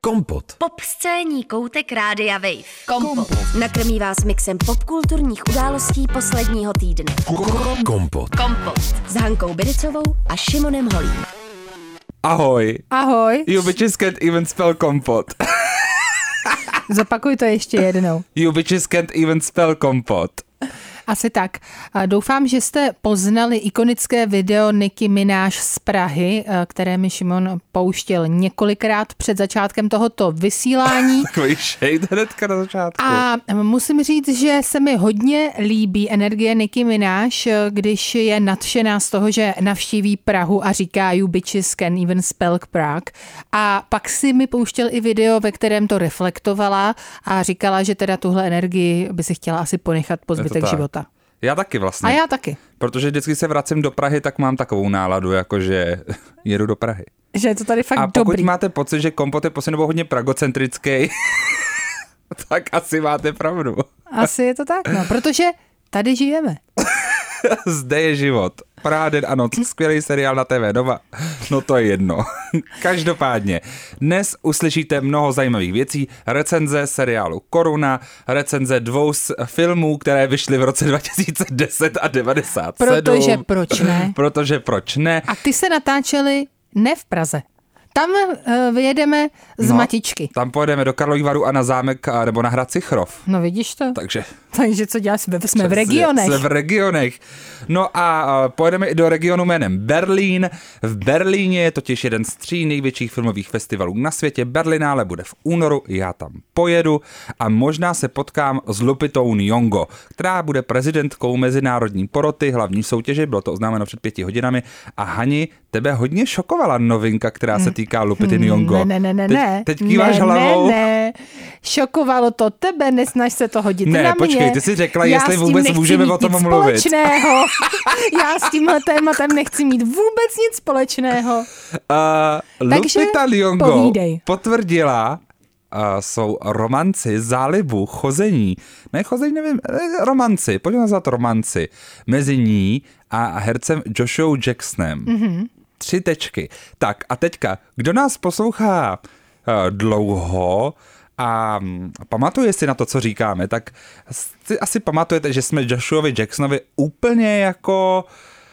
Kompot. Popscénní koutek Rádia Wave. Kompot. Nakrmí vás mixem popkulturních událostí posledního týdne. Kompot. S Hankou Biricovou a Šimonem Holím. Ahoj. Ahoj. You bitches can't even spell kompot. Zopakuj to ještě jednou. You bitches can't even spell kompot. Asi tak. Doufám, že jste poznali ikonické video Nicki Minaj z Prahy, které mi Šimon pouštěl několikrát před začátkem tohoto vysílání. Takový shade hnedka na začátku. A musím říct, že se mi hodně líbí energie Nicki Minaj, když je nadšená z toho, že navštíví Prahu a říká You bitches can even spell Prague. A pak si mi pouštěl i video, ve kterém to reflektovala a říkala, že teda tuhle energii by si chtěla asi ponechat po zbytek života. Já taky vlastně. A já taky. Protože vždycky se vracím do Prahy, tak mám takovou náladu, jakože jedu do Prahy. Že je to tady fakt dobrý. A pokud dobrý. máte pocit, že kompot je poslední dobou hodně pragocentrický, tak asi máte pravdu. Asi je to tak, no, protože tady žijeme. Zde je život. Praha den a noc, skvělý seriál na TV Nova. No to je jedno. Každopádně, dnes uslyšíte mnoho zajímavých věcí. Recenze seriálu Koruna, recenze 2 filmů, které vyšly v roce 2010 a 97. Protože proč ne? Protože proč ne? A ty se natáčely ne v Praze. Tam vyjedeme z Matičky. Tam pojedeme do Karlových Varů a na zámek, nebo na hrad Cichrov. No vidíš to? Takže co děláš? Jsme v regionech. Jsme v regionech. No a pojedeme i do regionu jménem Berlín. V Berlíně je totiž jeden z 3 největších filmových festivalů na světě. Berlinále bude v únoru, já tam pojedu a možná se potkám s Lupitou Nyong'o, která bude prezidentkou mezinárodní poroty hlavní soutěže, bylo to oznámeno před 5 hodinami. A Hani, tebe hodně šokovala novinka, která se týká Lupity Nyong'o. Ne. Teď kýváš hlavou. Ne. Šokovalo to tebe, nesnaž se to hodit na mě. Počkej, ty jsi řekla, jestli vůbec můžeme o tom mluvit. Společného. Já s tímhle tématem nechci mít vůbec nic společného. Lupita Nyong'o potvrdila jsou romanci, zálibu, chození. Ne chození, nevím, romanci, pojďme nazvat romanci. Mezi ní a hercem Joshua Jacksonem. 3 tečky. Tak a teďka, kdo nás poslouchá dlouho a pamatuje si na to, co říkáme, tak si asi pamatujete, že jsme Joshuovi Jacksonovi úplně jako...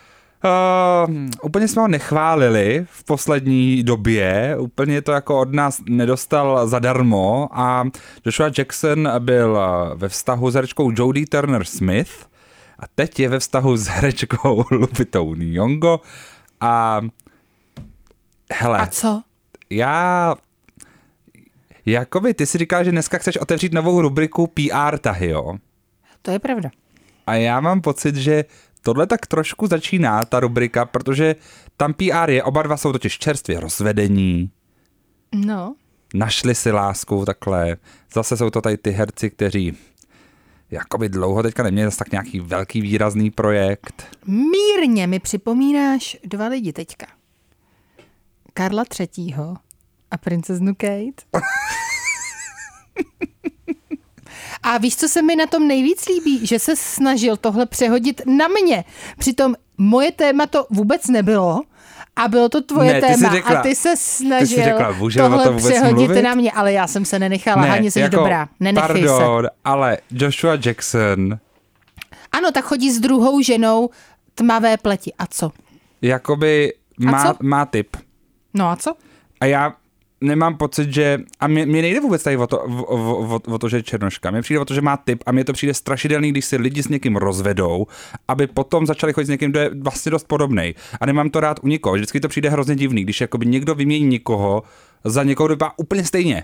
úplně jsme ho nechválili v poslední době, úplně to jako od nás nedostal zadarmo a Joshua Jackson byl ve vztahu s herečkou Jodie Turner-Smith a teď je ve vztahu s herečkou Lupitou Nyong'o a hele. A co? Jakoby ty si říkal, že dneska chceš otevřít novou rubriku PR tahy, jo? To je pravda. A já mám pocit, že tohle tak trošku začíná, ta rubrika, protože tam PR je, oba dva jsou totiž čerstvě rozvedení. No. Našli si lásku takhle. Zase jsou to tady ty herci, kteří jakoby dlouho teďka neměli zase tak nějaký velký výrazný projekt. Mírně mi připomínáš 2 lidi teďka. Karla III. A princeznu Kate. A víš, co se mi na tom nejvíc líbí? Že se snažil tohle přehodit na mě. Přitom moje téma to vůbec nebylo a bylo to tvoje téma. Řekla, a ty se snažil tohle to přehodit mluvit? Na mě, ale já jsem se nenechala. Hani, jsi dobrá, nenechej pardon, se. Ale Joshua Jackson... Ano, tak chodí s druhou ženou tmavé pleti. A co? Jakoby má typ. No a co? A já nemám pocit, že... A mě nejde vůbec tady o to, že je černoška. Mně přijde o to, že má typ a mně to přijde strašidelný, když se lidi s někým rozvedou, aby potom začali chodit s někým, kdo je vlastně dost podobnej. A nemám to rád u nikoho. Vždycky to přijde hrozně divný, když jakoby někdo vymění někoho za někoho, kdo vypadá úplně stejně.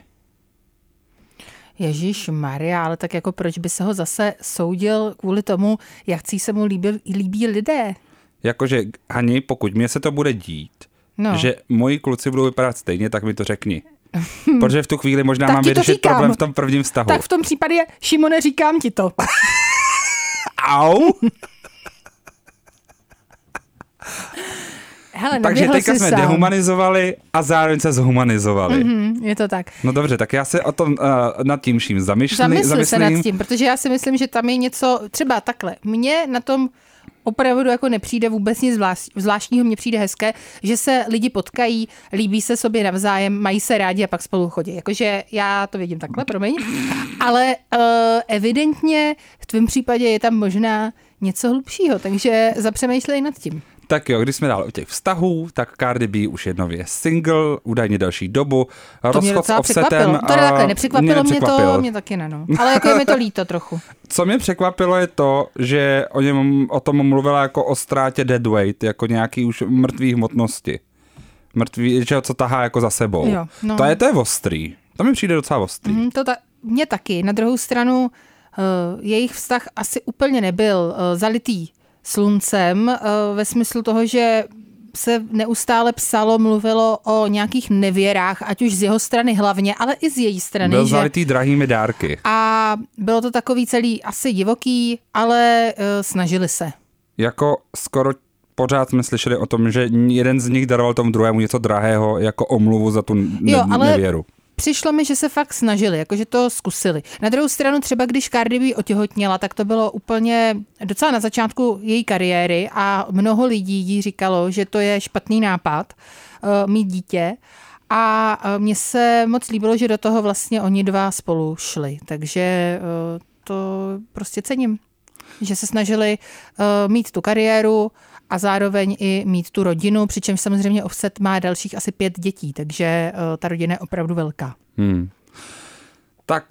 Ježíš Maria, ale tak jako proč by se ho zase soudil kvůli tomu, jak se mu líbí lidé? Jakože, Hani, pokud mě se to bude dít, že moji kluci budou vypadat stejně, tak mi to řekni. Protože v tu chvíli možná mám vyřešit problém v tom prvním vztahu. Tak v tom případě, Šimone, říkám ti to. Au! Hele, takže teďka jsme dehumanizovali a zároveň se zhumanizovali. Je to tak. No dobře, tak já se o tom nad tím vším zamyslím. Se nad tím, protože já si myslím, že tam je něco, třeba takhle. Mě na tom opravdu jako nepřijde vůbec nic zvláštního, mně přijde hezké, že se lidi potkají, líbí se sobě navzájem, mají se rádi a pak spolu chodí. Jakože já to vidím takhle, promiň. Ale evidentně v tvém případě je tam možná něco hlubšího, takže zapřemýšlej nad tím. Tak jo, když jsme dál o těch vztahů, tak Cardi B už je nově single, údajně další dobu. To mě docela překvapilo. To takhle nepřekvapilo mě to, mě taky ne, no. Ale jako je mi to líto trochu. Co mě překvapilo je to, že o tom mluvila jako o ztrátě deadweight, jako nějaký už mrtvý hmotnosti. Mrtvý, že co tahá jako za sebou. Jo, no. To je ostrý. To mi přijde docela ostrý. Mně taky. Na druhou stranu jejich vztah asi úplně nebyl zalitý sluncem ve smyslu toho, že se neustále mluvilo o nějakých nevěrách, ať už z jeho strany hlavně, ale i z její strany. Byl zalitý drahými dárky. A bylo to takový celý asi divoký, ale snažili se. Jako skoro pořád jsme slyšeli o tom, že jeden z nich daroval tomu druhému něco drahého jako omluvu za tu nevěru. Přišlo mi, že se fakt snažili, jakože to zkusili. Na druhou stranu třeba, když Cardi B otěhotněla, tak to bylo úplně docela na začátku její kariéry a mnoho lidí jí říkalo, že to je špatný nápad mít dítě. A mně se moc líbilo, že do toho vlastně oni dva spolu šli. Takže to prostě cením, že se snažili mít tu kariéru a zároveň i mít tu rodinu, přičemž samozřejmě Offset má dalších asi 5 dětí, takže ta rodina je opravdu velká. Tak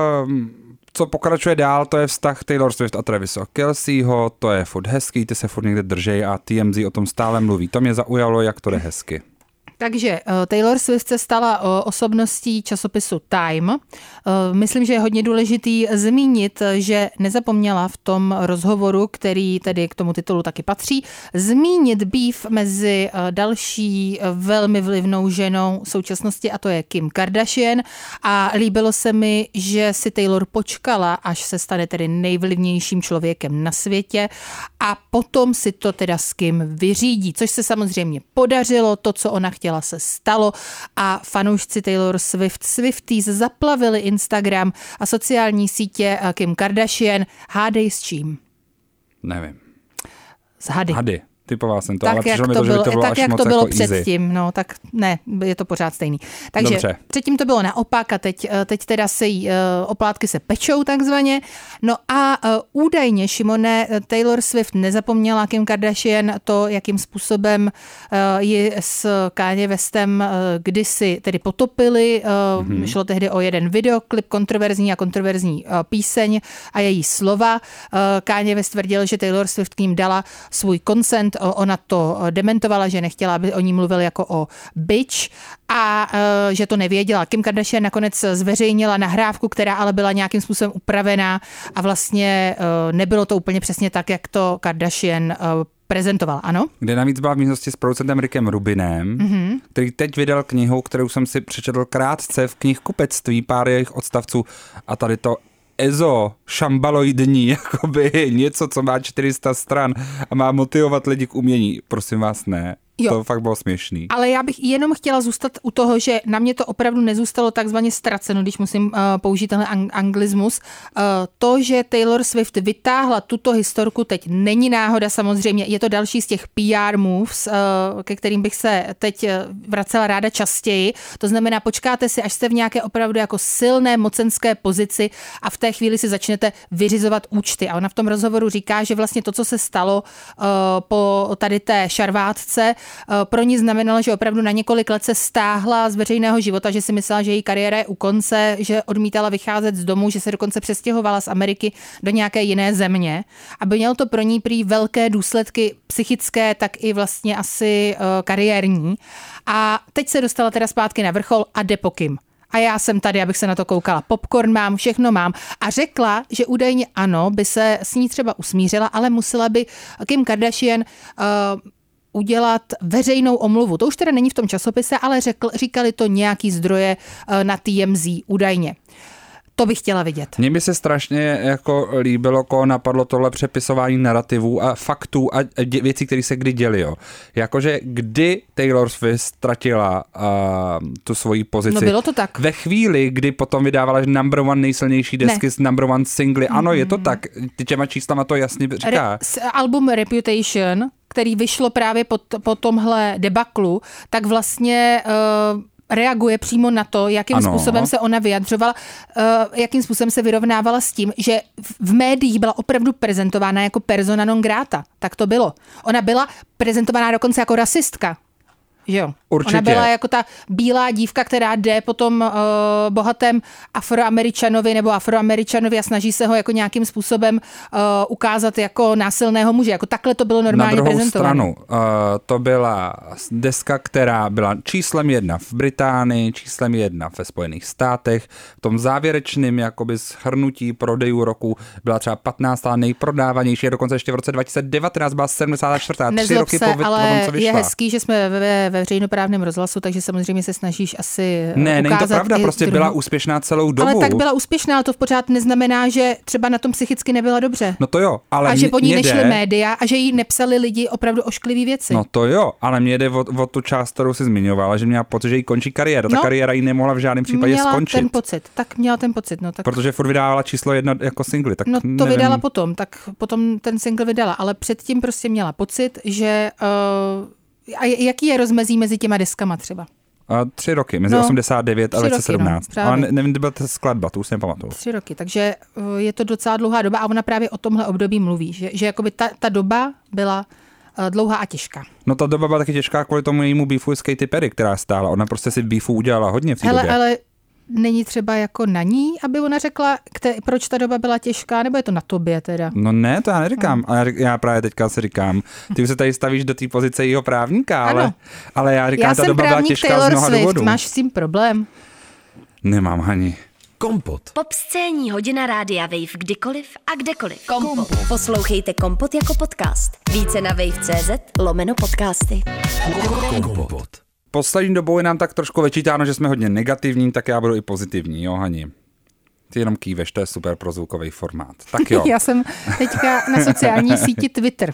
co pokračuje dál, to je vztah Taylor Swift a Travise Kelceho, to je furt hezký, ty se furt někde držej a TMZ o tom stále mluví. To mě zaujalo, jak to jde hezky. Takže Taylor Swift se stala osobností časopisu Time. Myslím, že je hodně důležitý zmínit, že nezapomněla v tom rozhovoru, který tedy k tomu titulu taky patří, zmínit beef mezi další velmi vlivnou ženou současnosti, a to je Kim Kardashian. A líbilo se mi, že si Taylor počkala, až se stane tedy nejvlivnějším člověkem na světě a potom si to teda s Kim vyřídí, což se samozřejmě podařilo, to, co ona chtěla, se stalo a fanoušci Taylor Swift Swifties zaplavili Instagram a sociální sítě Kim Kardashian. Hádej s čím? Nevím. S hady. Hady. Typoval jsem to, tak, ale přišlo mi to, že by to bylo tak, až jak moc to bylo jako předtím, easy. no tak ne, je to pořád stejný. Takže dobře. Předtím to bylo naopak a teď teda se oplátky se pečou takzvaně. No a údajně, Šimone, Taylor Swift nezapomněla Kim Kardashian to, jakým způsobem ji s Kanye Westem kdysi tedy potopili. Šlo tehdy o jeden videoklip, kontroverzní píseň a její slova. Kanye West tvrdil, že Taylor Swift k ním dala svůj consent. Ona to dementovala, že nechtěla, aby o ní mluvil jako o bitch a že to nevěděla. Kim Kardashian nakonec zveřejnila nahrávku, která ale byla nějakým způsobem upravená a vlastně nebylo to úplně přesně tak, jak to Kardashian prezentoval, ano? Kde navíc byla v místnosti s producentem Rickem Rubinem, který teď vydal knihu, kterou jsem si přečetl krátce v knihkupectví, pár jejich odstavců a tady to šambaloidní, jakoby něco, co má 400 stran a má motivovat lidi k umění. Prosím vás, ne. Jo. To fakt bylo směšný. Ale já bych jenom chtěla zůstat u toho, že na mě to opravdu nezůstalo takzvaně ztraceno, když musím použít tenhle anglismus. To, že Taylor Swift vytáhla tuto historku, teď není náhoda samozřejmě, je to další z těch PR moves, ke kterým bych se teď vracela ráda častěji. To znamená, počkáte si, až jste v nějaké opravdu jako silné mocenské pozici a v té chvíli si začnete vyřizovat účty. A ona v tom rozhovoru říká, že vlastně to, co se stalo po tady té šarvátce, pro ní znamenalo, že opravdu na několik let se stáhla z veřejného života, že si myslela, že její kariéra je u konce, že odmítala vycházet z domu, že se dokonce přestěhovala z Ameriky do nějaké jiné země. Aby mělo to pro ní prý velké důsledky psychické, tak i vlastně asi kariérní. A teď se dostala teda zpátky na vrchol a jde po Kim. A já jsem tady, abych se na to koukala. Popcorn mám, všechno mám. A řekla, že údajně ano, by se s ní třeba usmířila, ale musela by Kim Kardashian udělat veřejnou omluvu. To už teda není v tom časopise, ale říkali to nějaký zdroje na TMZ údajně. To bych chtěla vidět. Mně by se strašně jako líbilo, napadlo tohle přepisování narrativů a faktů a věcí, které se kdy děly. Jo. Jakože kdy Taylor Swift ztratila tu svoji pozici. No bylo to tak. Ve chvíli, kdy potom vydávala number one nejsilnější desky s number one singly. Ano, je to tak. Těma číslama to jasně říká. Album Reputation, který vyšlo právě po tomhle debaklu, tak vlastně reaguje přímo na to, jakým způsobem se ona vyjadřovala, jakým způsobem se vyrovnávala s tím, že v médiích byla opravdu prezentována jako persona non grata. Tak to bylo. Ona byla prezentovaná dokonce jako rasistka. Že jo? Určitě. Ona byla jako ta bílá dívka, která jde po tom bohatém Afroameričanovi nebo Afroameričanovi a snaží se ho jako nějakým způsobem ukázat jako násilného muže. Jako takhle to bylo normálně prezentované. Na druhou stranu, to byla deska, která byla číslem 1 v Británii, číslem 1 ve Spojených státech. V tom závěrečném jakoby shrnutí prodejů roku byla třeba 15. nejprodávanější, a dokonce ještě v roce 2019 byla 74. 3 roky po tom, co vyšla. Je hezký, že jsme ve veřejnoprávném rozhlasu, takže samozřejmě se snažíš asi ukázat. Není to pravda, prostě byla úspěšná celou dobu. Ale tak byla úspěšná, ale to v pořád neznamená, že třeba na tom psychicky nebyla dobře. No to jo, ale a že po ní nešly média a že jí nepsali lidi opravdu ošklivý věci. No to jo, ale mě jde o tu část, kterou jsi zmiňovala, že měla pocit, že jí končí kariéra. Ta kariéra jí nemohla v žádném případě skončit. Měla ten pocit. No, tak. Protože furt vydávala číslo 1 jako singly. Tak no to nevím. Vydala potom ten single vydala, ale předtím prostě měla pocit, že a jaký je rozmezí mezi těma deskama třeba? 3 roky, mezi 89 a 2017. No, ale nevím, kdy byla ta skladba, to už si nepamatuju. 3 roky, takže je to docela dlouhá doba a ona právě o tomhle období mluví, že jakoby ta doba byla dlouhá a těžká. No ta doba byla taky těžká kvůli tomu jejímu beefu s Katy Perry, která stála. Ona prostě si beefu udělala hodně v té době. Ale není třeba jako na ní, aby ona řekla, proč ta doba byla těžká, nebo je to na tobě teda? No ne, to já neříkám. Já právě teďka si říkám, ty už se tady stavíš do té pozice jeho právníka, ale já říkám, ta doba byla těžká Taylor z mnoha Swift, důvodů. Máš s tím problém? Nemám, Hani. Kompot. Popscénní hodina Rádia Wave kdykoliv a kdekoliv. Kompot. Poslouchejte Kompot jako podcast. Více na wave.cz/podcasty. Kompot. Poslední dobou je nám tak trošku vyčítáno, že jsme hodně negativní, tak já budu i pozitivní, jo, Hani? Ty jenom kýveš, to je super pro zvukový formát. Tak jo. Já jsem teďka na sociální síti Twitter.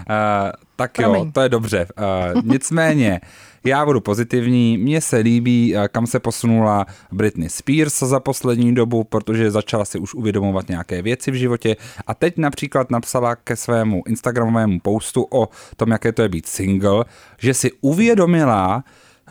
Tak jo, to je dobře. Nicméně, já budu pozitivní, mně se líbí, kam se posunula Britney Spears za poslední dobu, protože začala si už uvědomovat nějaké věci v životě a teď například napsala ke svému instagramovému postu o tom, jaké to je být single, že si uvědomila,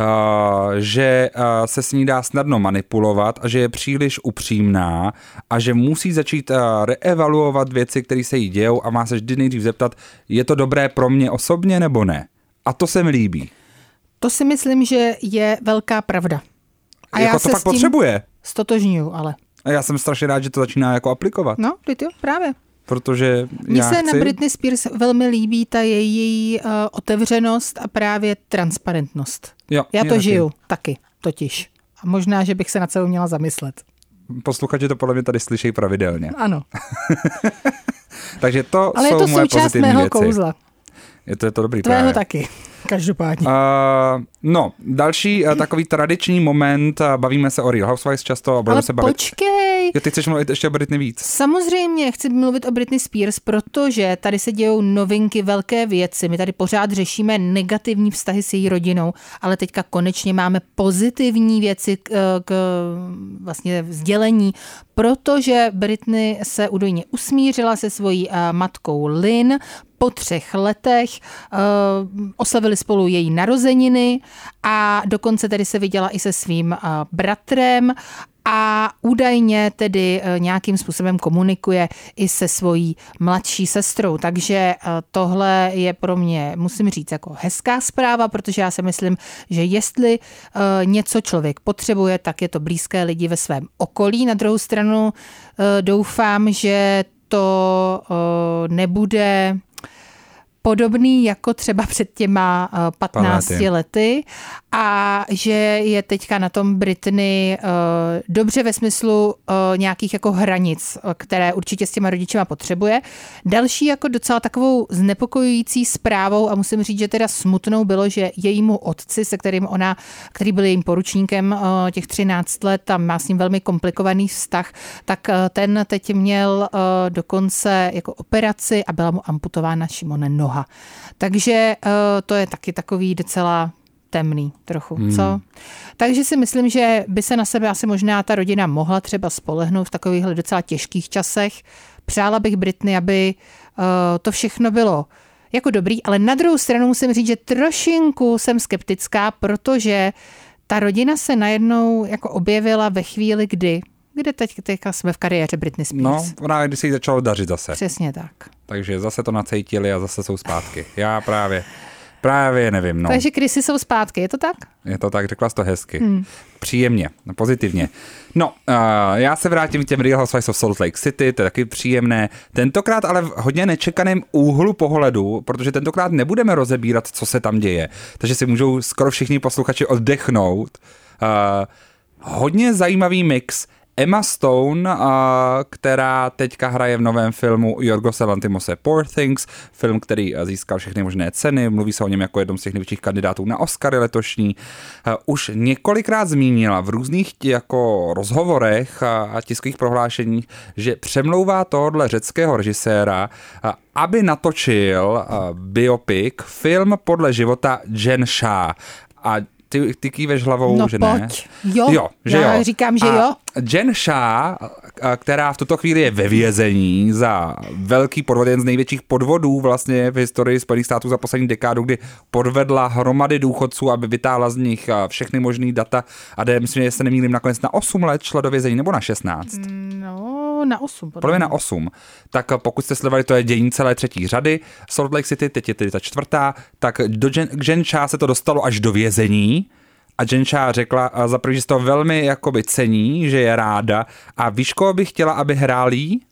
že se s ní dá snadno manipulovat a že je příliš upřímná a že musí začít reevaluovat věci, které se jí dějou a má se vždy nejdřív zeptat, je to dobré pro mě osobně nebo ne? A to se mi líbí. To si myslím, že je velká pravda. A jako já to se pak potřebuje. Stotožňuju, ale. A já jsem strašně rád, že to začíná jako aplikovat. No, ty právě. Protože mně se na Britney Spears velmi líbí ta její otevřenost a právě transparentnost. Jo, já to žiju taky, totiž. A možná, že bych se na celou měla zamyslet. Posluchači to podle mě tady slyšejí pravidelně. Ano. Takže to ale jsou je to moje součást pozitivní mého věci. kouzla. Je to dobrý Tvého právě. taky. Každopádně. No, další takový tradiční moment, bavíme se o Real Housewives často a budeme se bavit. Počkej. Jo, ty chceš mluvit ještě o Britney víc? Samozřejmě, chci mluvit o Britney Spears, protože tady se dějou novinky, velké věci. My tady pořád řešíme negativní vztahy s její rodinou, ale teďka konečně máme pozitivní věci k vlastně sdělení, protože Britney se údajně usmířila se svojí matkou Lynn po 3 letech, oslavili spolu její narozeniny a dokonce tedy se viděla i se svým bratrem a údajně tedy nějakým způsobem komunikuje i se svojí mladší sestrou. Takže tohle je pro mě, musím říct, jako hezká zpráva, protože já si myslím, že jestli něco člověk potřebuje, tak je to blízké lidi ve svém okolí. Na druhou stranu doufám, že to nebude podobný jako třeba před těma 15 lety a že je teďka na tom Britney dobře ve smyslu nějakých jako hranic, které určitě s těma rodičema potřebuje. Další jako docela takovou znepokojující zprávou a musím říct, že teda smutnou bylo, že jejímu otci, se kterým který byl jejím poručníkem těch 13 let a má s ním velmi komplikovaný vztah, tak ten teď měl dokonce jako operaci a byla mu amputována, Šimone, noha. Takže to je taky takový docela temný trochu, co? Takže si myslím, že by se na sebe asi možná ta rodina mohla třeba spolehnout v takovýchhle docela těžkých časech. Přála bych Britney, aby to všechno bylo jako dobrý, ale na druhou stranu musím říct, že trošinku jsem skeptická, protože ta rodina se najednou jako objevila ve chvíli, kde teďka jsme v kariéře Britney Spears. No, ona když se jí začalo dařit zase. Přesně tak. Takže zase to nacejtili a zase jsou zpátky. Já právě nevím. No. Takže Chrissy jsou zpátky, je to tak? Je to tak, řekla jsi to hezky. Příjemně, pozitivně. No, já se vrátím k těm Real Housewives of Salt Lake City, to je taky příjemné. Tentokrát ale v hodně nečekaném úhlu pohledu, protože tentokrát nebudeme rozebírat, co se tam děje. Takže si můžou skoro všichni posluchači oddechnout. Hodně zajímavý mix. Emma Stone, která teďka hraje v novém filmu Yorgose Lanthimose Poor Things, film, který získal všechny možné ceny, mluví se o něm jako jednom z těch největších kandidátů na Oscary letošní, už několikrát zmínila v různých jako rozhovorech a tiskových prohlášeních, že přemlouvá tohohle řeckého režiséra, aby natočil biopic, film podle života Jen Shah. A ty kýveš hlavou, no že pojď. Ne? Jo, že já jo. Říkám, že jo. Jen Shah, která v tuto chvíli je ve vězení za velký podvod, jeden z největších podvodů vlastně v historii Spojených států za poslední dekádu, kdy podvedla hromady důchodců, aby vytáhla z nich všechny možný data a myslím, že se nemýlím, nakonec na 8 let šla do vězení, nebo na 16? No, na 8. Podle mě na 8. Tak pokud jste sledovali, to je dění celé třetí řady Salt Lake City, teď je tedy ta čtvrtá, tak k Jen Shah se to dostalo až do vězení. A Jen Shah řekla za první, že se to velmi jakoby cení, že je ráda. A víš, koho by chtěla, aby hrál jí?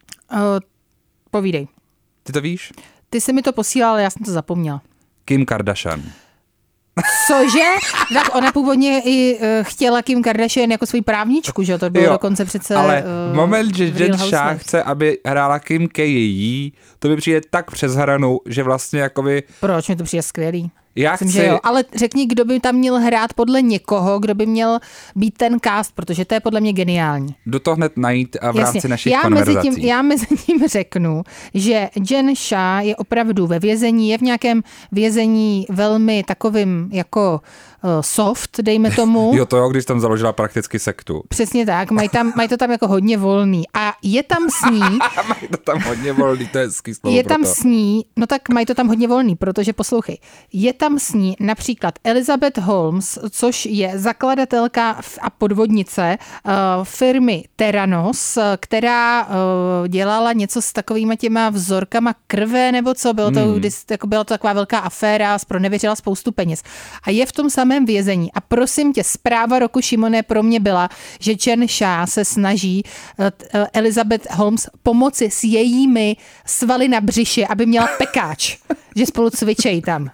Povídej. Ty to víš? Ty jsi mi to posílal, ale já jsem to zapomněla. Kim Kardashian. Cože? Tak ona původně i chtěla Kim Kardashian jako svou právničku, že to bylo dokonce přece. Ale moment, že Jen Shah chce, aby hrála Kim K. to by přijde tak přes hranu, že vlastně jakoby... Proč mi to přijde skvělý? Myslím, že jo. Ale řekni, kdo by tam měl hrát podle někoho, kdo by měl být ten cast, protože to je podle mě geniální. Jdu to hned najít v rámci našich konverzací. Já mezi tím řeknu, že Jen Shah je opravdu ve vězení, je v nějakém vězení velmi takovým jako soft, dejme tomu. Jo, to jo, když tam založila prakticky sektu. Přesně tak, mají to tam jako hodně volný. A je tam s ní... Mají to tam hodně volný, to je hezký slovo. Je tam s ní, no tak mají to tam hodně volný, protože poslouchej, je tam s ní například Elizabeth Holmes, což je zakladatelka a podvodnice firmy Theranos, která dělala něco s takovýma těma vzorkama krve, nebo co, bylo to, byla to taková velká aféra, pronevěřila spoustu peněz. A je v tom samém vězení. A prosím tě, zpráva roku, Šimone, pro mě byla, že Jen Shah se snaží Elizabeth Holmes pomoci s jejími svaly na břiši, aby měla pekáč, že spolu cvičejí tam.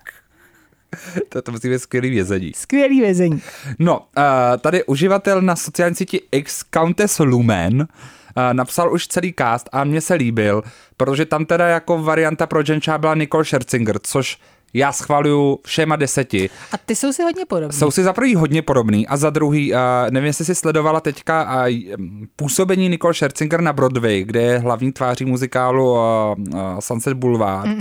To musí být skvělý vězení. Skvělý vězení. No, tady uživatel na sociální síti X Countess Lumen napsal už celý cast a mně se líbil, protože tam teda jako varianta pro Jen Shah byla Nicole Scherzinger, což já schvaluju všema 10. A ty jsou si hodně podobný. Jsou si za prvý hodně podobný a za druhý, nevím, jestli jsi sledovala teďka působení Nicole Scherzinger na Broadway, kde je hlavní tváří muzikálu Sunset Boulevard.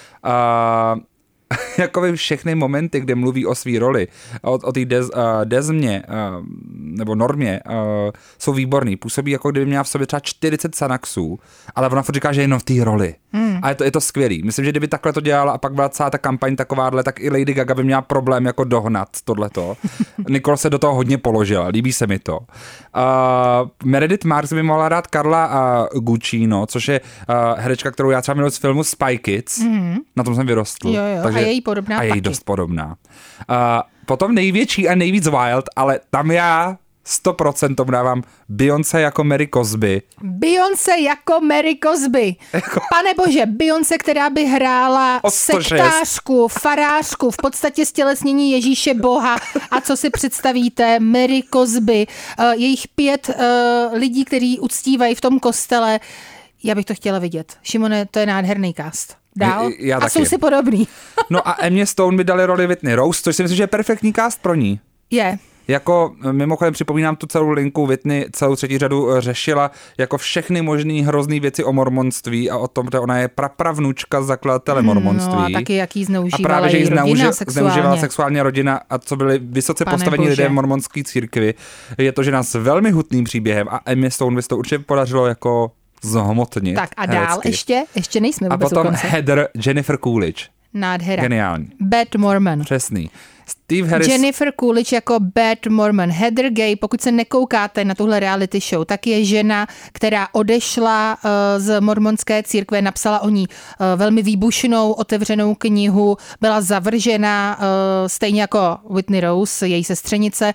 Jakoby všechny momenty, kde mluví o svý roli, o té Desmě nebo Normě, jsou výborný. Působí, jako kdyby měla v sobě třeba 40 Xanaxů, ale ona furt říká, že je jenom v té roli. A je to skvělý. Myslím, že kdyby takhle to dělala a pak byla celá ta kampaň takováhle, tak i Lady Gaga by měla problém jako dohnat tohleto. Nicole se do toho hodně položila, líbí se mi to. Meredith Marks by mohla hrát Carla Gugino, což je herečka, kterou já třeba miluji z filmu Spy Kids. Na tom jsem vyrostl. Jo, takže, a je jí podobná a je jí dost podobná. Potom největší a nejvíc wild, ale tam já 100% tomu dávám Beyoncé jako Mary Cosby. Beyoncé jako Mary Cosby. Pane bože, Beyoncé, která by hrála sektářku, farářku, v podstatě stělesnění Ježíše Boha. A co si představíte? Mary Cosby, jejich 5 lidí, kteří uctívají v tom kostele. Já bych to chtěla vidět. Šimone, to je nádherný cast. Dál? A jsou si podobný. No a Emmě Stone by dali roli Whitney Rose, což si myslím, že je perfektní cast pro ní. Je. Jako mimochodem připomínám tu celou linku, Whitney celou 3. řadu řešila jako všechny možný hrozný věci o mormonství a o tom, že ona je prapravnučka zakladatele mormonství. No a taky jaký zneužívala a právě, že její rodina zneužívala sexuálně rodina a co byli vysoce postavení lidé v mormonské církvi. Je to, že nás velmi hutným příběhem a Emmě Stone by to určitě podařilo jako zhmotnit. Tak a dál ještě nejsme vůbec a potom Heather Jennifer Coolidge. Nádhera. Geniální. Bad Mormon. Přesný. Steve Harris. Jennifer Coolidge jako Bad Mormon. Heather Gay, pokud se nekoukáte na tuhle reality show, tak je žena, která odešla z mormonské církve, napsala o ní velmi výbušnou otevřenou knihu, byla zavržena stejně jako Whitney Rose, její sestřenice,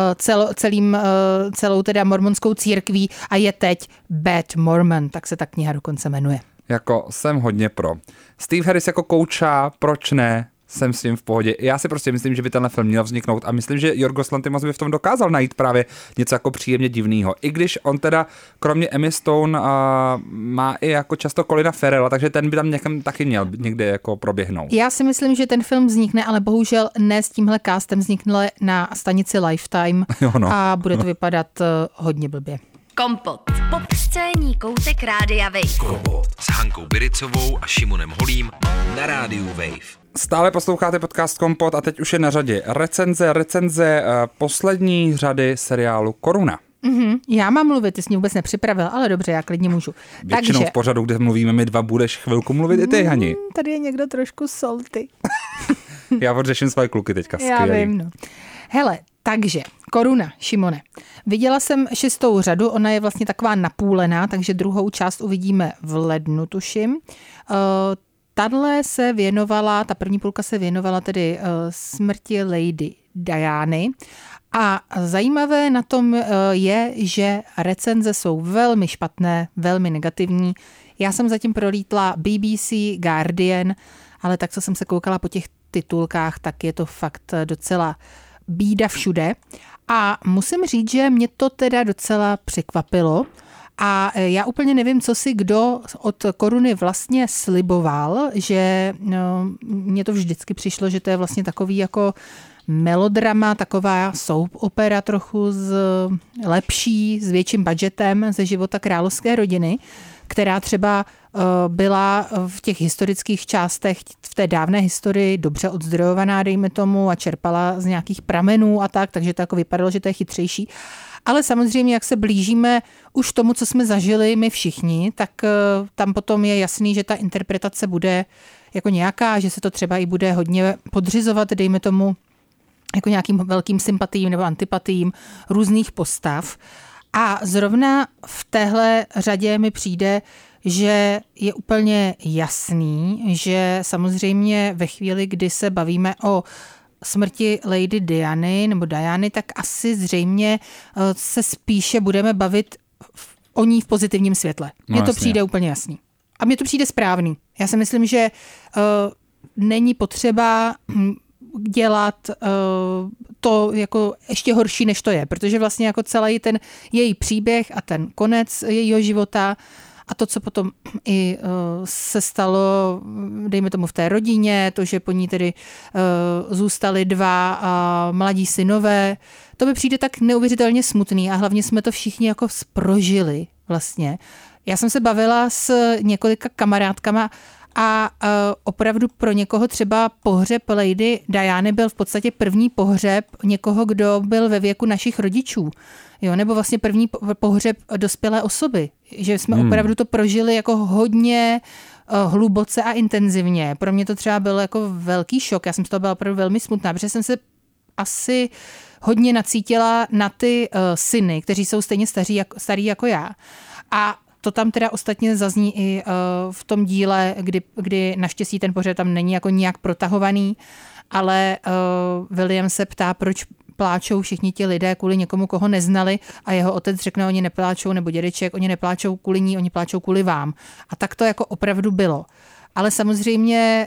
celou teda mormonskou církví a je teď Bad Mormon, tak se ta kniha dokonce jmenuje. Jako jsem hodně pro. Steve Harris jako kouča, proč ne? Jsem s tím v pohodě. Já si prostě myslím, že by tenhle film měl vzniknout a myslím, že Jorgos Lanthimos by v tom dokázal najít právě něco jako příjemně divného. I když on teda kromě Emmy Stone má i jako často Colina Farrella, takže ten by tam někam taky měl někde jako proběhnout. Já si myslím, že ten film vznikne, ale bohužel ne s tímhle castem, vznikne na stanici Lifetime a bude to vypadat hodně blbě. Kompot. Popscénní koutek Rádia Wave. Kompot s Hankou Biricovou a Šimonem Holím na Rádiu Wave. Stále posloucháte podcast Kompot a teď už je na řadě recenze poslední řady seriálu Koruna. Já mám mluvit, ty jsi mě vůbec nepřipravil, ale dobře, já klidně můžu. Většinou v pořadu, kde mluvíme my dva, budeš chvilku mluvit i ty, Hani. Tady je někdo trošku salty. Já odřeším své kluky teďka. Já vím, no. Hele, takže Koruna, Šimone. Viděla jsem 6. řadu, ona je vlastně taková napůlená, takže druhou část uvidíme v lednu, tuším. Ta první půlka se věnovala tedy smrti Lady Diany. A zajímavé na tom je, že recenze jsou velmi špatné, velmi negativní. Já jsem zatím prolítla BBC, Guardian, ale tak, co jsem se koukala po těch titulkách, tak je to fakt docela bída všude. A musím říct, že mě to teda docela překvapilo. A já úplně nevím, co si kdo od Koruny vlastně sliboval, že mně to vždycky přišlo, že to je vlastně takový jako melodrama, taková soap opera trochu lepší, s větším budgetem ze života královské rodiny, která třeba byla v těch historických částech v té dávné historii dobře odzdrojovaná, dejme tomu, a čerpala z nějakých pramenů a tak, takže to jako vypadalo, že to je chytřejší. Ale samozřejmě, jak se blížíme už tomu, co jsme zažili my všichni, tak tam potom je jasný, že ta interpretace bude jako nějaká, že se to třeba i bude hodně podřizovat, dejme tomu, jako nějakým velkým sympatiím nebo antipatiím různých postav. A zrovna v téhle řadě mi přijde, že je úplně jasný, že samozřejmě ve chvíli, kdy se bavíme o smrti Lady Diany nebo Diany, tak asi zřejmě se spíše budeme bavit o ní v pozitivním světle. Mně to přijde úplně jasný. A mně to přijde správný. Já si myslím, že není potřeba dělat to jako ještě horší, než to je, protože vlastně jako celý ten její příběh a ten konec jejího života a to, co potom i se stalo, dejme tomu v té rodině, to, že po ní tedy zůstali 2 mladí synové, to mi přijde tak neuvěřitelně smutný a hlavně jsme to všichni jako prožili vlastně. Já jsem se bavila s několika kamarádkama a opravdu pro někoho třeba pohřeb Lady Diany byl v podstatě první pohřeb někoho, kdo byl ve věku našich rodičů. Jo, nebo vlastně první pohřeb dospělé osoby. Že jsme opravdu to prožili jako hodně hluboce a intenzivně. Pro mě to třeba byl jako velký šok. Já jsem z toho byla opravdu velmi smutná, protože jsem se asi hodně nacítila na ty syny, kteří jsou stejně starí jako já. A to tam teda ostatně zazní i v tom díle, kdy naštěstí ten pořad tam není jako nějak protahovaný, ale William se ptá, proč pláčou všichni ti lidé kvůli někomu, koho neznali a jeho otec řekne, oni nepláčou, nebo dědeček, oni nepláčou kvůli ní, oni pláčou kvůli vám. A tak to jako opravdu bylo. Ale samozřejmě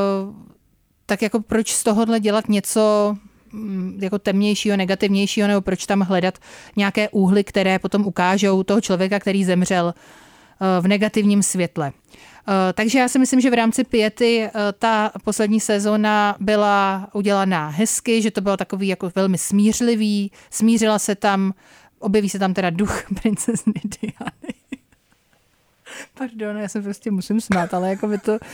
tak jako proč z tohohle dělat něco jako temnějšího, negativnějšího, nebo proč tam hledat nějaké úhly, které potom ukážou toho člověka, který zemřel v negativním světle. Takže já si myslím, že v rámci Piety ta poslední sezóna byla udělaná hezky, že to bylo takový jako velmi smířlivý, smířila se tam, objeví se tam teda duch princezny Diany. Pardon, já se prostě musím smát, ale jako by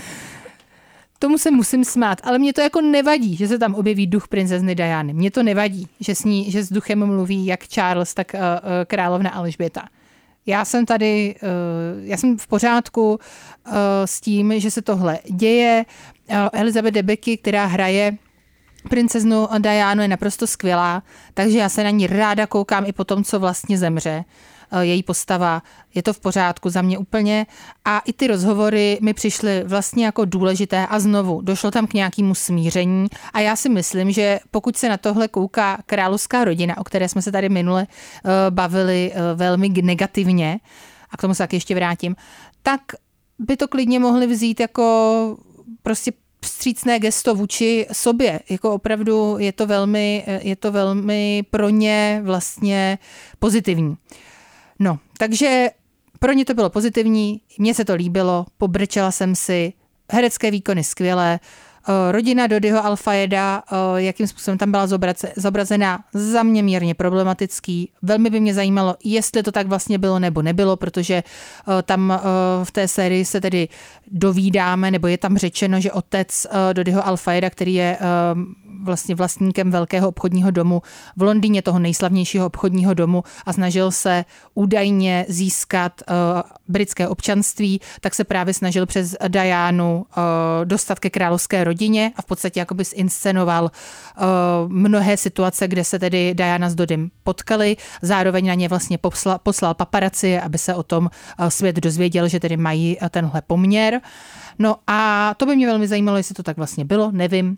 tomu se musím smát, ale mě to jako nevadí, že se tam objeví duch princezny Diany. Mně to nevadí, že s duchem mluví jak Charles, tak královna Alžběta. Já jsem v pořádku s tím, že se tohle děje. Elizabeth Debicki, která hraje princeznu Dianu, je naprosto skvělá, takže já se na ní ráda koukám i po tom, co vlastně zemře. Její postava, je to v pořádku za mě úplně a i ty rozhovory mi přišly vlastně jako důležité a znovu došlo tam k nějakému smíření a já si myslím, že pokud se na tohle kouká královská rodina, o které jsme se tady minule bavili velmi negativně a k tomu se taky ještě vrátím, tak by to klidně mohli vzít jako prostě vstřícné gesto vůči sobě. Jako opravdu je to velmi pro ně vlastně pozitivní. No, takže pro ně to bylo pozitivní, mně se to líbilo, pobrčela jsem si, herecké výkony skvělé, rodina Dodyho Al-Fayeda, jakým způsobem tam byla zobrazená, za mě mírně problematický. Velmi by mě zajímalo, jestli to tak vlastně bylo nebo nebylo, protože tam v té sérii se tedy dovídáme, nebo je tam řečeno, že otec Dodyho Al-Fayeda, který je vlastně vlastníkem velkého obchodního domu v Londýně, toho nejslavnějšího obchodního domu a snažil se údajně získat britské občanství, tak se právě snažil přes Dianu dostat ke královské rodině a v podstatě jakoby zinscenoval mnohé situace, kde se tedy Diana s Dodym potkali. Zároveň na ně vlastně poslal paparaci, aby se o tom svět dozvěděl, že tedy mají tenhle poměr. No a to by mě velmi zajímalo, jestli to tak vlastně bylo, nevím.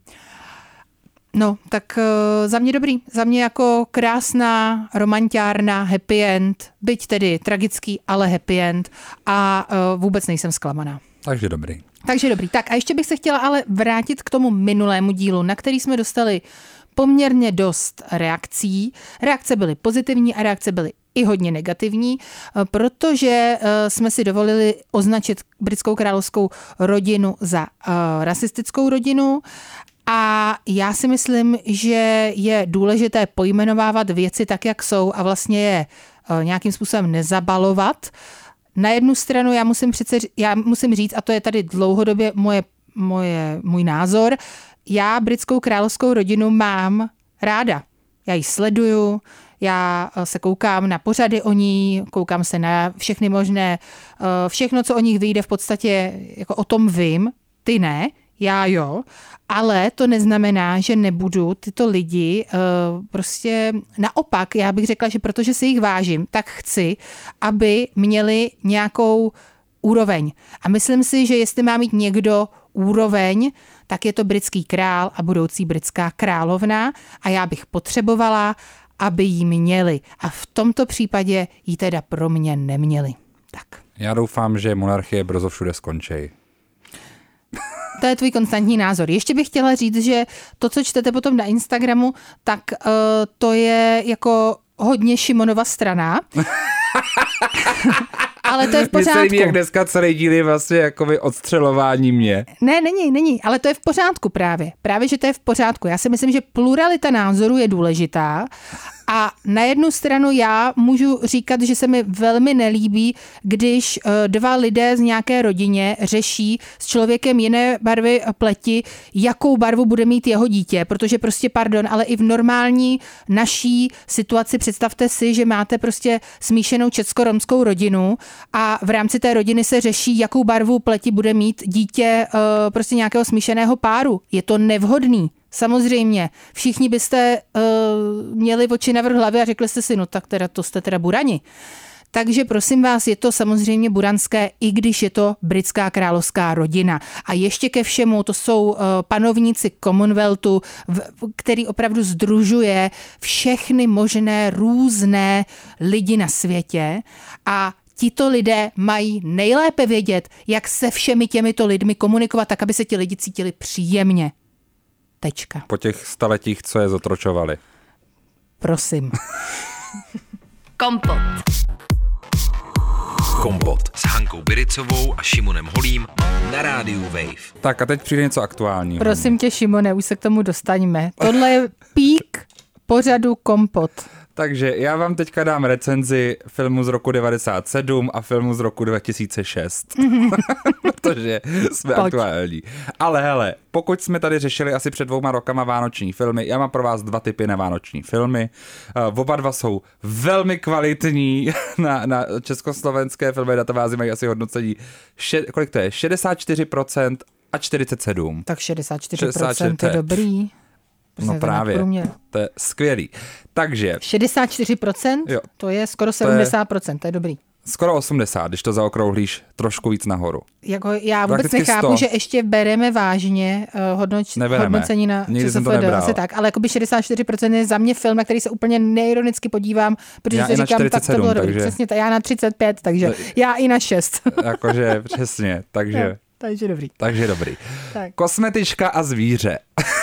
No, tak za mě dobrý. Za mě jako krásná, romantiárna, happy end, byť tedy tragický, ale happy end a vůbec nejsem zklamaná. Takže dobrý. Tak a ještě bych se chtěla ale vrátit k tomu minulému dílu, na který jsme dostali poměrně dost reakcí. Reakce byly pozitivní a reakce byly i hodně negativní, protože jsme si dovolili označit britskou královskou rodinu za rasistickou rodinu. A já si myslím, že je důležité pojmenovávat věci tak, jak jsou a vlastně je nějakým způsobem nezabalovat. Na jednu stranu já musím říct, a to je tady dlouhodobě můj názor, já britskou královskou rodinu mám ráda. Já ji sleduju, já se koukám na pořady o ní, koukám se na všechny možné, všechno, co o nich vyjde, v podstatě jako o tom vím, ty ne, já jo, ale to neznamená, že nebudu tyto lidi prostě naopak, já bych řekla, že protože si jich vážím, tak chci, aby měli nějakou úroveň. A myslím si, že jestli má mít někdo úroveň, tak je to britský král a budoucí britská královna a já bych potřebovala, aby jí měli. A v tomto případě jí teda pro mě neměli. Tak. Já doufám, že monarchie brzo všude skončí. To je tvůj konstantní názor. Ještě bych chtěla říct, že to, co čtete potom na Instagramu, tak to je jako hodně Šimonova strana. Ale to je v pořádku. Mně se líbí, jak dneska celý díl je vlastně jakoby odstřelování mě. Ne, není, ale to je v pořádku právě. Právě, že to je v pořádku. Já si myslím, že pluralita názorů je důležitá a na jednu stranu já můžu říkat, že se mi velmi nelíbí, když dva lidé z nějaké rodině řeší s člověkem jiné barvy pleti, jakou barvu bude mít jeho dítě, protože prostě pardon, ale i v normální naší situaci představte si, že máte prostě smíšenou česko-romskou rodinu a v rámci té rodiny se řeší, jakou barvu pleti bude mít dítě prostě nějakého smíšeného páru. Je to nevhodný. Samozřejmě, všichni byste měli oči navrch hlavy a řekli jste si, no tak teda to jste teda burani. Takže prosím vás, je to samozřejmě buranské, i když je to britská královská rodina. A ještě ke všemu, to jsou panovníci Commonwealthu, který opravdu sdružuje všechny možné různé lidi na světě a tito lidé mají nejlépe vědět, jak se všemi těmito lidmi komunikovat, tak, aby se ti lidi cítili příjemně. Tečka. Po těch staletích, co je zotročovali. Prosím. Kompot. Kompot s Hankou Biricovou a Šimonem Holím na rádiu Wave. Tak a teď přijde něco aktuálního. Prosím tě, Šimone, už se k tomu dostaňme. Tohle je pík pořadu Kompot. Takže já vám teďka dám recenzi filmu z roku 97 a filmu z roku 2006. Protože jsme aktuální. Ale hele, pokud jsme tady řešili asi před 2 rokama vánoční filmy, já mám pro vás 2 typy na vánoční filmy. Oba dva jsou velmi kvalitní. Na československé filmové databázi mají asi hodnocení, kolik to je? 64% a 47%. Tak 64% je dobrý. No právě, to je skvělý. Takže 64%, jo, to je skoro 70%, to je dobrý. Skoro 80, když to zaokrouhlíš trošku víc nahoru. Jako já vůbec nechápu, že ještě bereme vážně hodnocení na ČSFD, tak, ale jakoby 64% je za mě film, na který se úplně neironicky podívám, protože si říkám, 47, tak to bylo dobrý. Přesně, já na 35, takže já i na 6. Jakože přesně, takže. No, takže dobrý. Takže dobrý. Tak. Kosmetička a zvíře.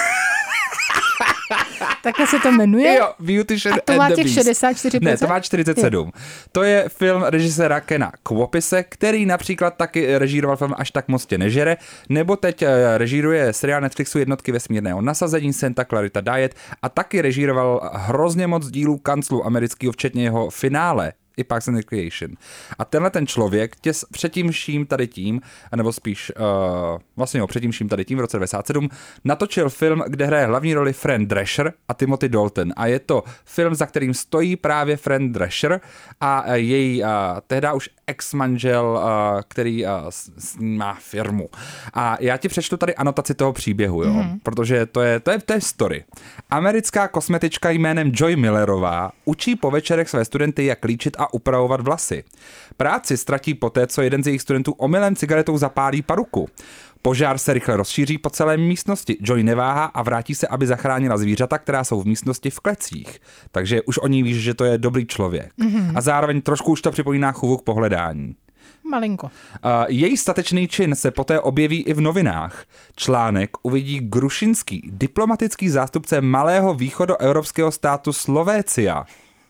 Takhle se to jmenuje? Jo, Beautician a to má těch 64%? Ne, to má 47. To je film režiséra Kena Kwopise, který například taky režíroval film Až tak moc tě nežere, nebo teď režíruje seriál Netflixu Jednotky vesmírného nasazení Santa Clarita Diet a taky režíroval hrozně moc dílů kanclu amerického, včetně jeho finále i Parks and Recreation. A tenhle ten člověk předtím vším tady tím, nebo spíš vlastně předtím vším tady tím v roce 1997 natočil film, kde hraje hlavní roli Fran Drescher a Timothy Dalton. A je to film, za kterým stojí právě Fran Drescher a její tehdy už ex-manžel, který má firmu. A já ti přečtu tady anotaci toho příběhu, jo? Protože to je story. Americká kosmetička jménem Joy Millerová učí po večerech své studenty, jak líčit a upravovat vlasy. Práci ztratí poté, co jeden z jejich studentů omylem cigaretou zapálí paruku. Požár se rychle rozšíří po celé místnosti. Joy neváhá a vrátí se, aby zachránila zvířata, která jsou v místnosti v klecích. Takže už o ní víš, že to je dobrý člověk. A zároveň trošku už to připomíná chůvu k pohledání. Malinko. Její statečný čin se poté objeví i v novinách. Článek uvidí Grušinský, diplomatický zástupce malého východoevropského státu Slovécia.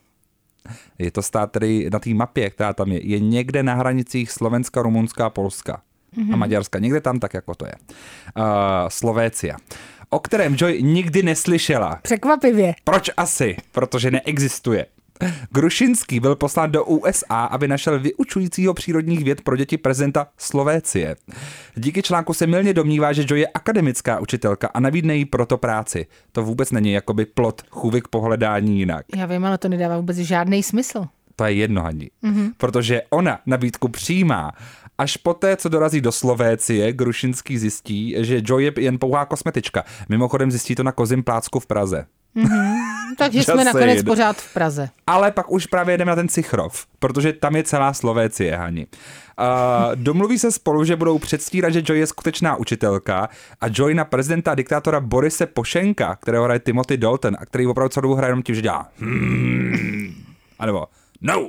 Je to stát, který na té mapě, která tam je někde na hranicích Slovenska, Rumunska a Polska. A Maďarska. Někde tam tak, jako to je. Slovécia. O kterém Joy nikdy neslyšela. Překvapivě. Proč asi? Protože neexistuje. Grušinský byl poslán do USA, aby našel vyučujícího přírodních věd pro děti prezidenta Slovécie. Díky článku se mylně domnívá, že Joy je akademická učitelka a nabídne jí proto práci. To vůbec není jakoby plot chůvy k pohledání jinak. Já vím, ale to nedává vůbec žádný smysl. To je jedno, Hani. Protože ona nabídku přijímá. Až poté, co dorazí do Slovécie, Grušinský zjistí, že Joy je jen pouhá kosmetička. Mimochodem zjistí to na Kozím plácku v Praze. Takže jsme nakonec pořád v Praze. Ale pak už právě jdeme na ten Cichrov, protože tam je celá Slovécie, Hani. Domluví se spolu, že budou předstírat, že Joy je skutečná učitelka a Joy na prezidenta a diktátora Borise Pošenka, kterého hraje Timothy Dalton a který opravdu celou dobu hraje jenom tím, že dělá a nebo no.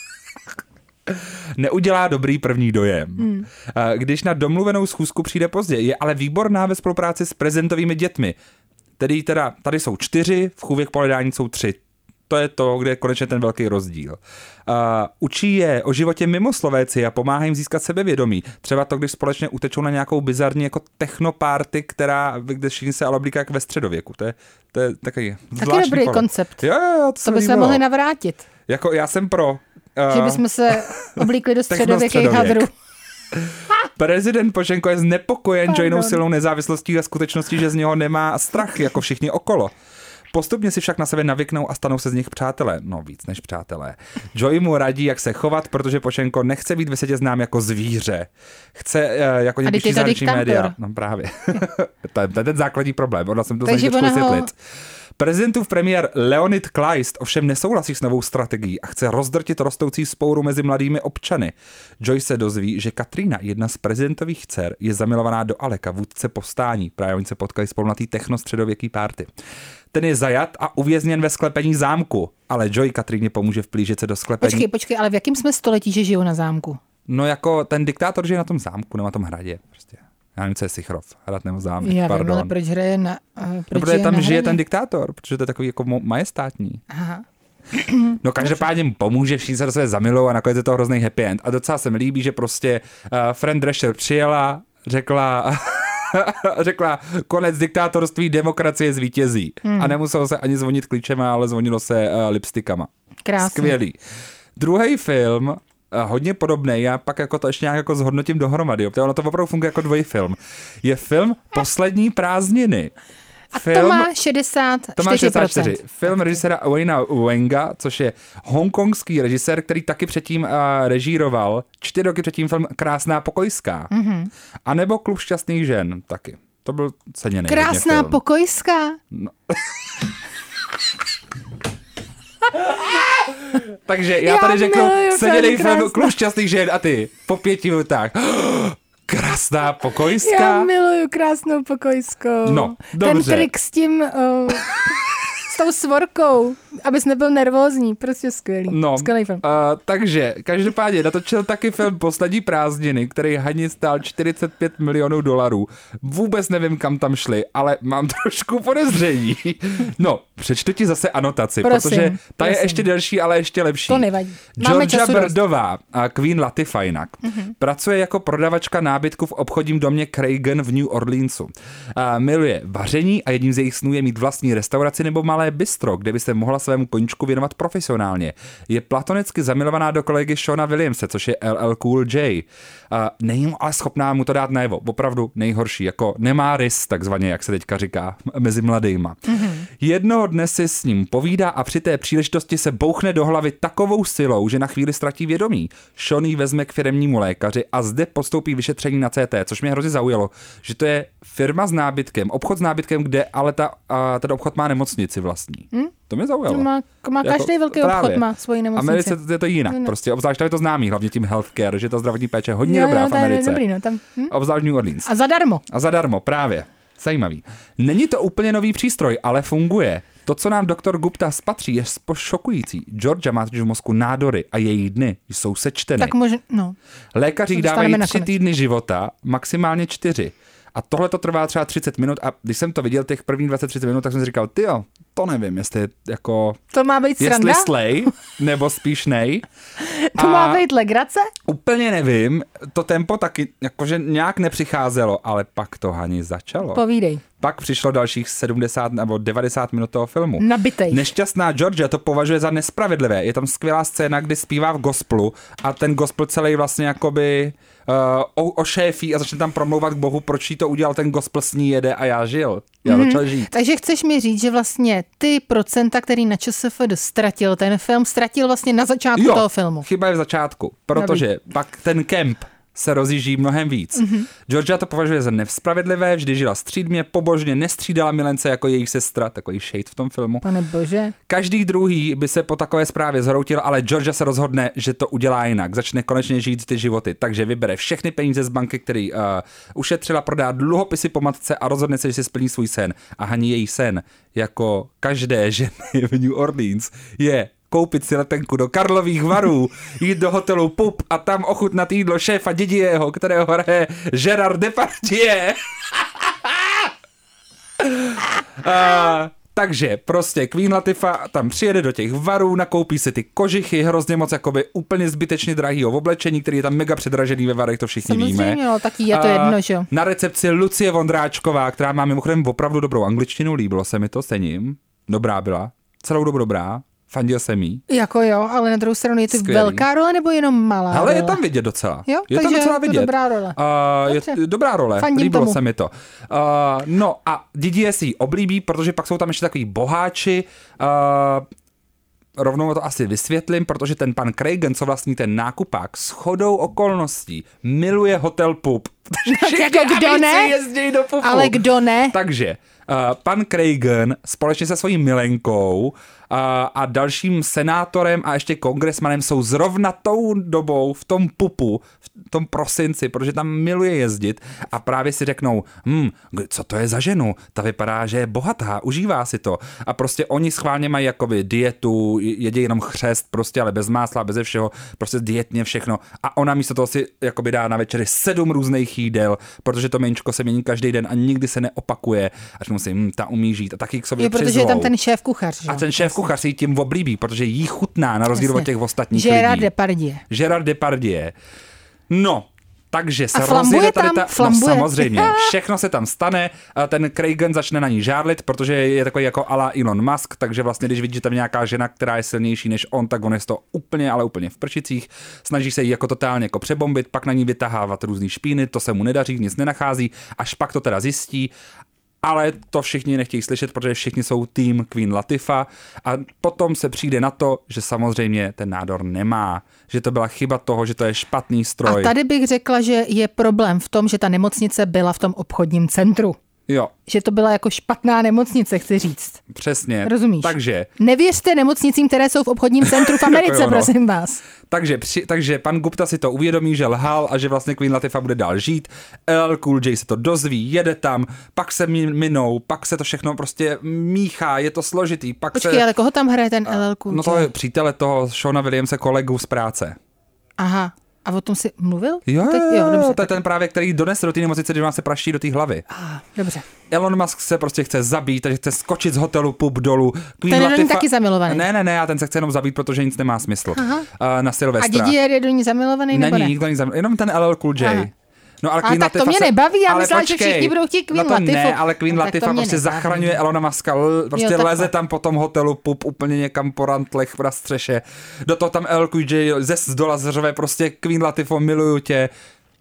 Neudělá dobrý první dojem. Když na domluvenou schůzku přijde pozdě, je ale výborná ve spolupráci s prezidentovými dětmi. Tady jsou 4, v chůvě k pohledání jsou 3. To je to, kde je konečně ten velký rozdíl. Učí je o životě mimo Slovécii a pomáhá jim získat sebevědomí. Třeba to, když společně utečou na nějakou bizarní jako technoparty, kde všichni se ale oblíkají jak ve středověku. To je takový zvláštní taky dobrý koncept. Jo, to bychom mohli navrátit. Jako já jsem pro. Že bychom se oblíkli do středověkých hadrů. Prezident Pošenko je znepokojen Joynou silnou nezávislostí a skutečností, že z něho nemá strach, jako všichni okolo. Postupně si však na sebe navyknou a stanou se z nich přátelé. No víc než přátelé. Joy mu radí, jak se chovat, protože Pošenko nechce být ve světě znám jako zvíře. Chce, jako ně píší zahraniční média. No právě. To je ten základní problém. Ona jsem to snaží trošku vysvětlit. Prezidentův premiér Leonid Kleist ovšem nesouhlasí s novou strategií a chce rozdrtit rostoucí vzpouru mezi mladými občany. Joy se dozví, že Katrina, jedna z prezidentových dcer, je zamilovaná do Aleka, vůdce povstání. Právě oni se potkali spolu na té techno-středověký party. Ten je zajat a uvězněn ve sklepení zámku, ale Joy Katrině pomůže vplížit se do sklepení. Počkej, ale v jakém jsme století, že žijou na zámku? No jako ten diktátor žije na tom zámku, nebo na tom hradě. Prostě. Já nevím, co je Sichrov, hrad nebo zámek, Já pardon. vím, ale proč hraje na protože tam žije ten diktátor, protože to je takový jako majestátní. Aha. No každopádně mu pomůže, všichni se do sebe zamilou a nakonec je to hrozný happy end. A docela se mi líbí, že prostě Fran Drescher přijela, řekla konec diktátorství, demokracie zvítězí. A nemuselo se ani zvonit klíčema, ale zvonilo se lipstikama. Krásný. Skvělý. Druhý film, hodně podobný, já pak jako to ještě nějak jako zhodnotím dohromady. Ono to opravdu funguje jako dvojfilm. Je film Poslední prázdniny. A to má 64%. Film režiséra Wayna Wenga, což je hongkongský režisér, který taky předtím režíroval 4 roky předtím film Krásná pokojská. Mm-hmm. A nebo Klub šťastných žen taky. To byl ceněný. Krásná pokojská? No. Takže já tady řeknu ceněný film Klub šťastných žen a ty po 5 minutách. Krásná pokojská. Já miluju Krásnou pokojskou. No, dobře. Ten trik s tím, s tou svorkou, abys nebyl nervózní, prostě skvělý. No, skvělý film. Takže, každopádně natočil taky film Poslední prázdniny, který haně stál $45 milionů. Vůbec nevím, kam tam šli, ale mám trošku podezření. No, přečtu ti zase anotaci, protože ta je ještě delší, ale ještě lepší. To nevadí. Georgia Birdová, Queen Latifah jinak, pracuje jako prodavačka nábytku v obchodním domě Craigen v New Orleansu. Miluje vaření a jedním z jejich snů je mít vlastní restauraci nebo malé bistro, kde by se mohla svému koníčku věnovat profesionálně. Je platonicky zamilovaná do kolegy Shona Williamse, což je LL Cool J. Není ale schopná mu to dát najevo. Opravdu nejhorší. Jako nemá rys, takzvaně, jak se teďka říká, mezi mladýma. Mm-hmm. Jednoho dne si s ním povídá a při té příležitosti se bouchne do hlavy takovou silou, že na chvíli ztratí vědomí. Sean ji vezme k firemnímu lékaři a zde postoupí vyšetření na CT, což mě hrozně zaujalo, že to je firma s nábytkem, obchod s nábytkem, kde ale ten obchod má nemocnici vlastní. To mě zaujalo. Má každý jako, velký obchod má svoji nemocnici. Americe je to jinak, prostě obzvlášť tam je to známý, hlavně tím healthcare, že ta zdravotní péče je hodně dobrá v Americe. Dobrý, no, tam, obzvlášť New Orleans. A zadarmo, právě. Zajímavý. Není to úplně nový přístroj, ale funguje. To, co nám doktor Gupta spatří, je šokující. Georgia má v mozku nádory a její dny jsou sečteny. Tak možná, no. Lékaři dávají 3 týdny života, maximálně 4. A tohle to trvá třeba 30 minut a když jsem to viděl těch prvních 20-30 minut, tak jsem si říkal, tyjo, to nevím, jestli jako... To má být sranda? Jestli slej, nebo spíš nej. To má být legrace? Úplně nevím, to tempo taky jakože nějak nepřicházelo, ale pak to Hani začalo. Povídej. Pak přišlo dalších 70 nebo 90 minut toho filmu. Nabitej. Nešťastná Georgia to považuje za nespravedlivé. Je tam skvělá scéna, kdy zpívá v gospelu a ten gospel celý vlastně jakoby ošéfí a začne tam promlouvat k Bohu, proč jí to udělal, ten gospel s ní jede a já žil. Já začal žít. Takže chceš mi říct, že vlastně ty procenta, který na ČSFD ztratil ten film, ztratil vlastně na začátku toho filmu. Chyba je v začátku, protože pak ten kemp se rozjíždí mnohem víc. Georgia to považuje za nespravedlivé, vždy žila střídmě, pobožně, nestřídala milence jako její sestra, takový shade v tom filmu. Pane bože. Každý druhý by se po takové zprávě zhroutil, ale Georgia se rozhodne, že to udělá jinak. Začne konečně žít ty životy, takže vybere všechny peníze z banky, který ušetřila, prodá dluhopisy po matce a rozhodne se, že si splní svůj sen. A Hani její sen, jako každé ženy v New Orleans, je koupit si letenku do Karlových Varů, jít do hotelu Pup a tam ochutnat jídlo šéfa Didierho, kterého hraje Gerard Depardieu. Takže prostě Queen Latifah tam přijede do těch varů, nakoupí si ty kožichy, hrozně moc jakoby úplně zbytečně drahýho oblečení, který je tam mega předražený ve varech, to všichni víme. Samozřejmě, taky je to jedno, že jo. Na recepci Lucie Vondráčková, která má mimochodem opravdu dobrou angličtinu, líbilo se mi to, cením. Dobrá byla, celou dobu dobrá. Fandil jsem jí. Jako jo, ale na druhou stranu je to velká role nebo jenom malá role? Ale je tam vidět docela. Jo, je tam docela vidět. Je to dobrá role. Je dobrá role, Fandím líbilo tomu. se mi to. No a Didier si ji oblíbí, protože pak jsou tam ještě takový boháči. Rovnou to asi vysvětlím, protože ten pan Craigen, co vlastní ten nákupák, shodou okolností miluje hotel Pup Jako kdo ne? Jezdí do pufu. Ale kdo ne? Takže pan Cragen společně se svojí milenkou a dalším senátorem a ještě kongresmanem jsou zrovna tou dobou v tom pupu, v tom prosinci, protože tam miluje jezdit a právě si řeknou, co to je za ženu? Ta vypadá, že je bohatá, užívá si to. A prostě oni schválně mají jakoby dietu, jedí jenom chřest prostě, ale bez másla, bez všeho, prostě dietně všechno. A ona místo toho si jakoby dá na večeři 7 různých jídel, protože to menčko se mění každý den a nikdy se neopakuje. A řeknou si, ta umí žít a taky k sobě přizvou. Protože je tam ten šéf-kuchař. A ten šéf-kuchař si tím oblíbí, protože jí chutná na rozdíl od těch ostatních lidí. Gerard Depardieu. No, takže se rozjede tady ta... No samozřejmě, všechno se tam stane, ten Cragen začne na ní žárlit, protože je takový jako a la Elon Musk, takže vlastně, když vidí, že tam nějaká žena, která je silnější než on, tak on je to úplně, ale úplně v prčicích, snaží se jí jako totálně jako přebombit, pak na ní vytahávat různý špíny, to se mu nedaří, nic nenachází, až pak to teda zjistí. Ale to všichni nechtějí slyšet, protože všichni jsou tým Queen Latifah a potom se přijde na to, že samozřejmě ten nádor nemá, že to byla chyba toho, že to je špatný stroj. A tady bych řekla, že je problém v tom, že ta nemocnice byla v tom obchodním centru. Jo. Že to byla jako špatná nemocnice, chci říct. Přesně. Rozumíš? Takže... Nevěřte nemocnicím, které jsou v obchodním centru v Americe, prosím vás. Takže pan Gupta si to uvědomí, že lhal a že vlastně Queen Latifah bude dál žít. LL Cool J se to dozví, jede tam, pak se minou, pak se to všechno prostě míchá, je to složitý. Počkej, ale koho tam hraje ten LL Cool J? No to je přítele toho Shona Williamse, kolegu z práce. Aha. A o tom si mluvil? Jo, dobře, to je ten právě, který donese do té nemocnice, když vám se praští do té hlavy. Dobře. Elon Musk se prostě chce zabít, takže chce skočit z hotelu pup dolů. Ten je taky zamilovaný. Ne, a ten se chce jenom zabít, protože nic nemá smysl. Na Silvestra. A Didier je do ní zamilovaný, nebo ne? Není, nikdo není zamilovaný, jenom ten LL Cool J. Aha. No, ale tak to mě nebaví, já myslím, že všichni budou chtít Queen Latifah. Ne, ale Queen Latifah prostě zachraňuje Elona Muska, prostě leze tam po tom hotelu pup úplně někam po rantlech na střeše. Do toho tam LL Cool J z dola zřve prostě Queen Latifah, miluju tě.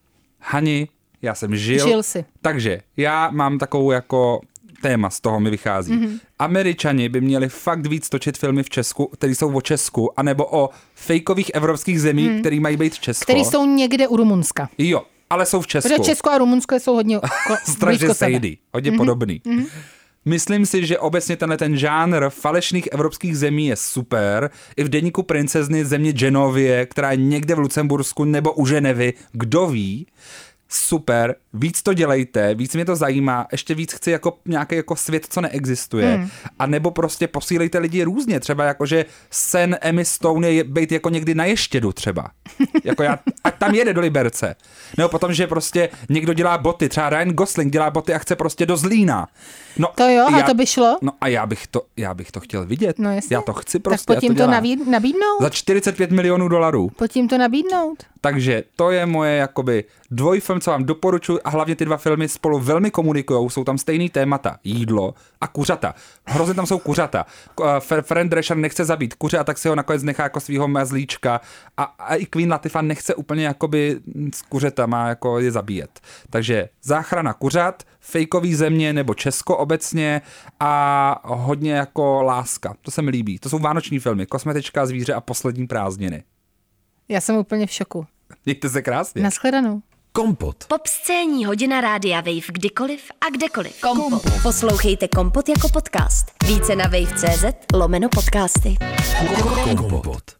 Hani, já jsem žil si. Takže já mám takovou jako téma, z toho mi vychází. Mm-hmm. Američani by měli fakt víc točit filmy v Česku, které jsou o Česku, anebo o fejkových evropských zemích, které mají být Česko. Které jsou někde u Rumunska. Jo. Ale jsou v Česku. Protože Česko a Rumunsko jsou hodně strašně sejdy, hodně podobný. Myslím si, že obecně ten žánr falešných evropských zemí je super. I v Deníku princezny země Genovie, která je někde v Lucembursku nebo u Ženevy, kdo ví. Super, víc to dělejte, víc mě to zajímá, ještě víc chci jako nějaký jako svět, co neexistuje. A nebo prostě posílejte lidi různě, třeba jakože sen Emmy Stone je být jako někdy na Ještědu třeba. Jako a tam jede do Liberce. Nebo potom, že prostě někdo dělá boty, třeba Ryan Gosling dělá boty a chce prostě do Zlína. No, to jo, a to by šlo? No a já bych to chtěl vidět. No jasně. Já to chci prostě. Tak pojď jim to nabídnout. Za $45 milionů. Pojď jim to nabídnout. Takže to je moje jakoby dvojfilm, co vám doporučuji a hlavně ty dva filmy spolu velmi komunikujou, jsou tam stejný témata, jídlo a kuřata. Hrozně tam jsou kuřata. Fran Drescher nechce zabít kuře a tak si ho nakonec nechá jako svýho mazlíčka a i Queen Latifah nechce úplně jakoby s kuřetama jako je zabíjet. Takže záchrana kuřat, fejkový země nebo Česko obecně a hodně jako láska. To se mi líbí. To jsou vánoční filmy, Kosmetička, zvíře a Poslední prázdniny. Já jsem úplně v šoku. Mějte se krásně. Naschledanou. Kompot. Popscénní hodina Rádia Wave kdykoliv a kdekoliv. Kompot. Poslouchejte Kompot jako podcast. Více na wave.cz/podcasty. Kompot.